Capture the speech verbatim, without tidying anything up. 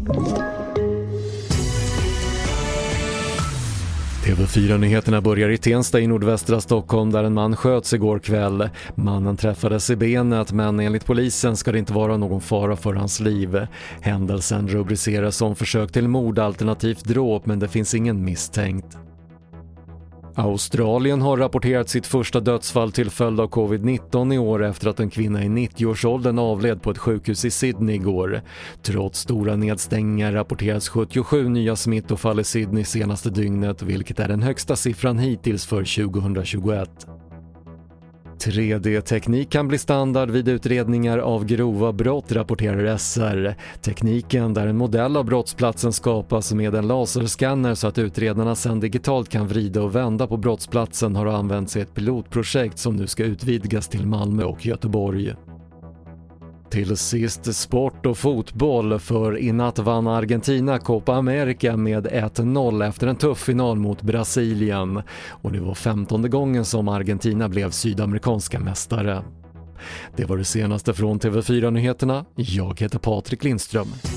T V fyra-nyheterna börjar i Tensta i nordvästra Stockholm där en man sköts igår kväll. Mannen träffades i benet men enligt polisen ska det inte vara någon fara för hans liv. Händelsen rubriceras som försök till mord alternativt dråp men det finns ingen misstänkt. Australien har rapporterat sitt första dödsfall till följd av covid nitton i år efter att en kvinna i nittio-årsåldern avled på ett sjukhus i Sydney igår. Trots stora nedstängningar rapporteras sjuttiosju nya smittofall i Sydney senaste dygnet, vilket är den högsta siffran hittills för tjugohundratjugoett. tre D-teknik kan bli standard vid utredningar av grova brott, rapporterar S R. Tekniken där en modell av brottsplatsen skapas med en laserskanner så att utredarna sedan digitalt kan vrida och vända på brottsplatsen har använts i ett pilotprojekt som nu ska utvidgas till Malmö och Göteborg. Till sist sport och fotboll, för i natt vann Argentina Copa America med ett noll efter en tuff final mot Brasilien. Och det var femtonde gången som Argentina blev sydamerikanska mästare. Det var det senaste från T V fyra-nyheterna. Jag heter Patrik Lindström.